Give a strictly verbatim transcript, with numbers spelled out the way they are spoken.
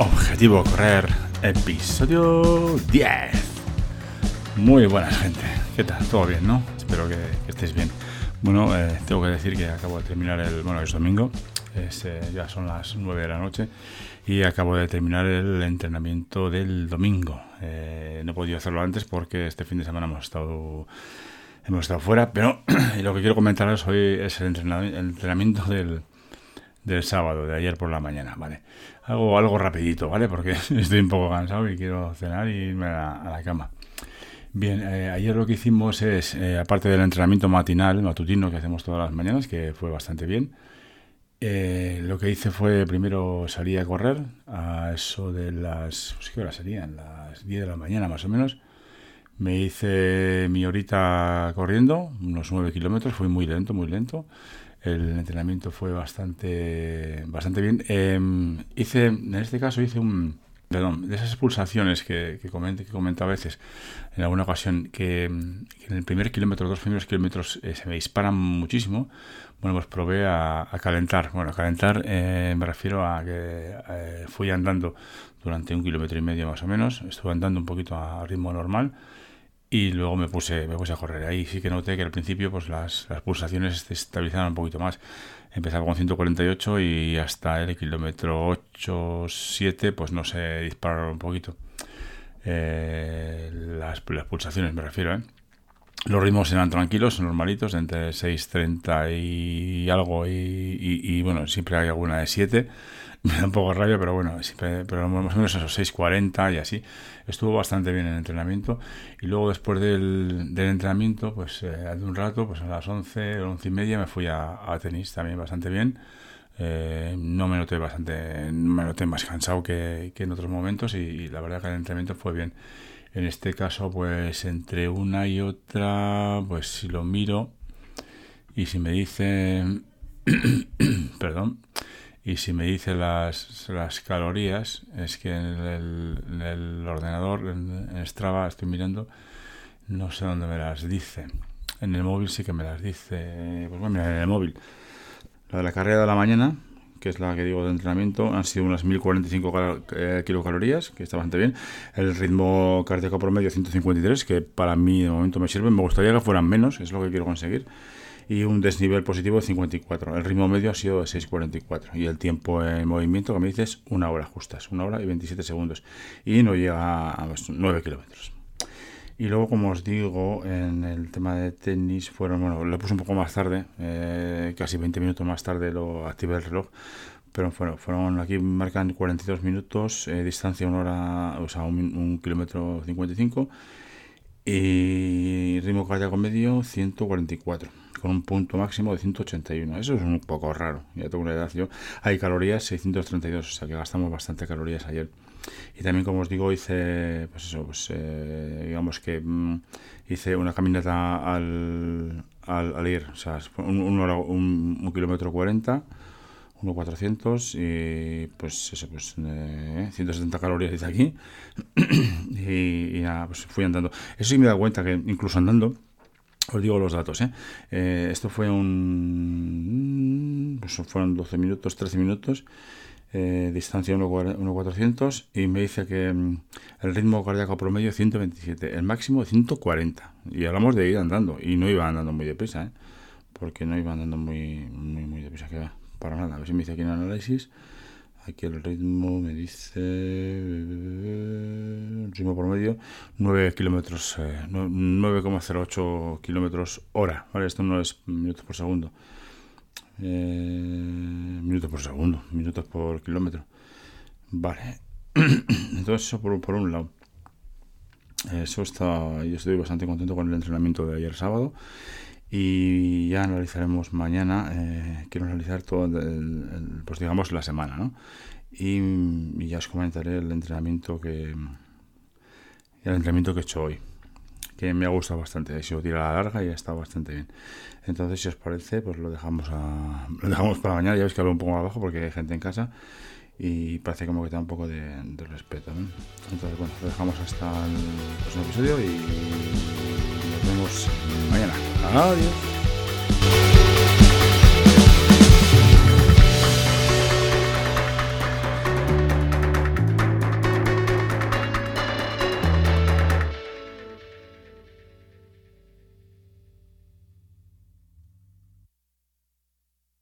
Objetivo Correr, episodio diez. Muy buenas, gente. ¿Qué tal? ¿Todo bien, no? Espero que, que estéis bien. Bueno, eh, tengo que decir que acabo de terminar el... Bueno, es domingo, es, eh, ya son las nueve de la noche y acabo de terminar el entrenamiento del domingo. Eh, no he podido hacerlo antes porque este fin de semana hemos estado... Hemos estado fuera, pero lo que quiero comentaros hoy es el entrenamiento, el entrenamiento del... del sábado, de ayer por la mañana, ¿vale? Algo, algo rapidito, ¿vale? Porque estoy un poco cansado y quiero cenar y irme a la, a la cama. Bien, eh, ayer lo que hicimos es, eh, aparte del entrenamiento matinal, matutino que hacemos todas las mañanas, que fue bastante bien, eh, lo que hice fue, primero salí a correr a eso de las, pues, ¿qué hora serían? Las diez de la mañana más o menos. Me hice mi horita corriendo, unos nueve kilómetros, fui muy lento, muy lento. El entrenamiento fue bastante bastante bien. Eh, hice, en este caso hice un, perdón, de esas pulsaciones que, que, comento, que comento a veces en alguna ocasión, que, que en el primer kilómetro, los dos primeros kilómetros eh, se me disparan muchísimo. Bueno, pues probé a, a calentar. Bueno, a calentar eh, me refiero a que eh, fui andando durante un kilómetro y medio más o menos. Estuve andando un poquito a ritmo normal. Y luego me puse, me puse a correr. Ahí sí que noté que al principio pues las, las pulsaciones se estabilizaban un poquito más. Empezaba con ciento cuarenta y ocho y hasta el kilómetro ocho siete pues no sé, dispararon un poquito. Eh, las, las pulsaciones me refiero, ¿eh? Los ritmos eran tranquilos, normalitos, entre seis treinta y algo y, y, y bueno, siempre hay alguna de siete. Me da un poco de rabia, pero bueno, siempre, pero más o menos esos seis cuarenta y así. Estuvo bastante bien el entrenamiento. Y luego después del, del entrenamiento, pues eh, de un rato, pues a las once, once y media me fui a, a tenis también bastante bien. Eh, no me noté bastante, me noté más cansado que, que en otros momentos y, y la verdad que el entrenamiento fue bien. En este caso, pues entre una y otra, pues si lo miro y si me dice, perdón, y si me dice las, las calorías, es que en el, en el ordenador, en, en Strava, estoy mirando, no sé dónde me las dice. En el móvil sí que me las dice, pues bueno, mira, en el móvil. La de la carrera de la mañana, que es la que digo de entrenamiento, han sido unas mil cuarenta y cinco cal- eh, kilocalorías, que está bastante bien. El ritmo cardíaco promedio ciento cincuenta y tres, que para mí de momento me sirve. Me gustaría que fueran menos, es lo que quiero conseguir. Y un desnivel positivo de cincuenta y cuatro. El ritmo medio ha sido de seis cuarenta y cuatro. Y el tiempo en movimiento que me dices es una hora justas, una hora y veintisiete segundos. Y no llega a nueve kilómetros. Y luego, como os digo, en el tema de tenis fueron, bueno, lo puse un poco más tarde, eh, casi veinte minutos más tarde lo activé el reloj, pero fueron, fueron aquí marcan cuarenta y dos minutos, eh, distancia una hora, o sea, un, un kilómetro cincuenta y cinco, y ritmo cardíaco medio ciento cuarenta y cuatro, con un punto máximo de ciento ochenta y uno. Eso es un poco raro, ya tengo una edad yo. Hay calorías seiscientos treinta y dos, o sea que gastamos bastante calorías ayer. Y también, como os digo, hice, pues eso, pues eh, digamos que mmm, hice una caminata al, al, al ir, o sea, un, un, un, un kilómetro cuarenta, uno cuatrocientos y pues eso, pues eh, ciento setenta calorías dice aquí y, y nada, pues fui andando. Eso sí me he dado cuenta que incluso andando, os digo los datos, ¿eh? Eh, esto fue un, pues fueron doce minutos, trece minutos. Eh, distancia uno cuatrocientos y me dice que mm, el ritmo cardíaco promedio ciento veintisiete, el máximo de ciento cuarenta, y hablamos de ir andando y no iba andando muy deprisa, ¿eh? Porque no iba andando muy muy muy deprisa, que va, para nada. A ver si me dice aquí en el análisis, aquí el ritmo me dice el ritmo promedio nueve kilómetros, eh, nueve coma cero ocho kilómetros hora, ¿vale? Esto no es minutos por segundo. Eh, minutos por segundo, minutos por kilómetro, vale. Entonces eso por, por un lado, eso está, yo estoy bastante contento con el entrenamiento de ayer sábado y ya analizaremos mañana. Eh, quiero analizar todo el, el, pues digamos la semana, ¿no? Y, y ya os comentaré el entrenamiento que el entrenamiento que he hecho hoy, que me ha gustado bastante. He sido tira a la larga y ha estado bastante bien. Entonces, si os parece, pues lo dejamos a, lo dejamos para mañana. Ya veis que hablo un poco más abajo porque hay gente en casa y parece como que da un poco de, de respeto, ¿no? Entonces, bueno, lo dejamos hasta el próximo episodio y nos vemos mañana. Adiós.